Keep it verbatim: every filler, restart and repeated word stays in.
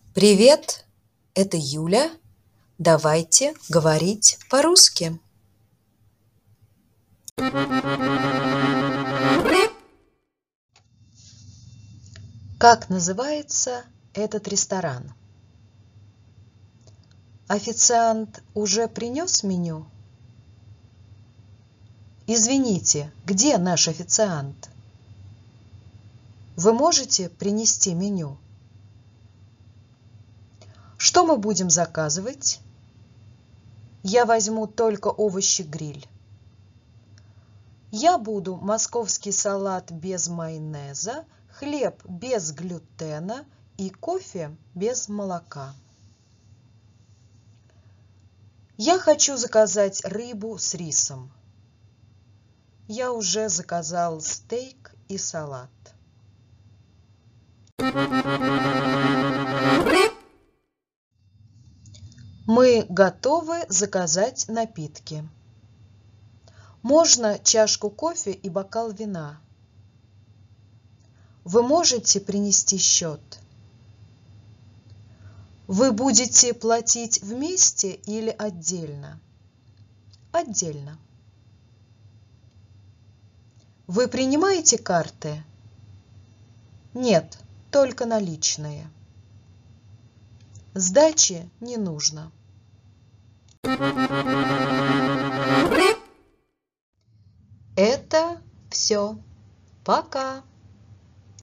Привет, это Юля. Давайте говорить по-русски. Как называется этот ресторан? Официант уже принес меню? Извините, где наш официант? Вы можете принести меню? Что мы будем заказывать? Я возьму только овощи-гриль. Я буду московский салат без майонеза, хлеб без глютена и кофе без молока. Я хочу заказать рыбу с рисом. Я уже заказал стейк и салат. Мы готовы заказать напитки. Можно чашку кофе и бокал вина. Вы можете принести счет? Вы будете платить вместе или отдельно? Отдельно. Вы принимаете карты? Нет, только наличные. Сдачи не нужно. Это все. Пока.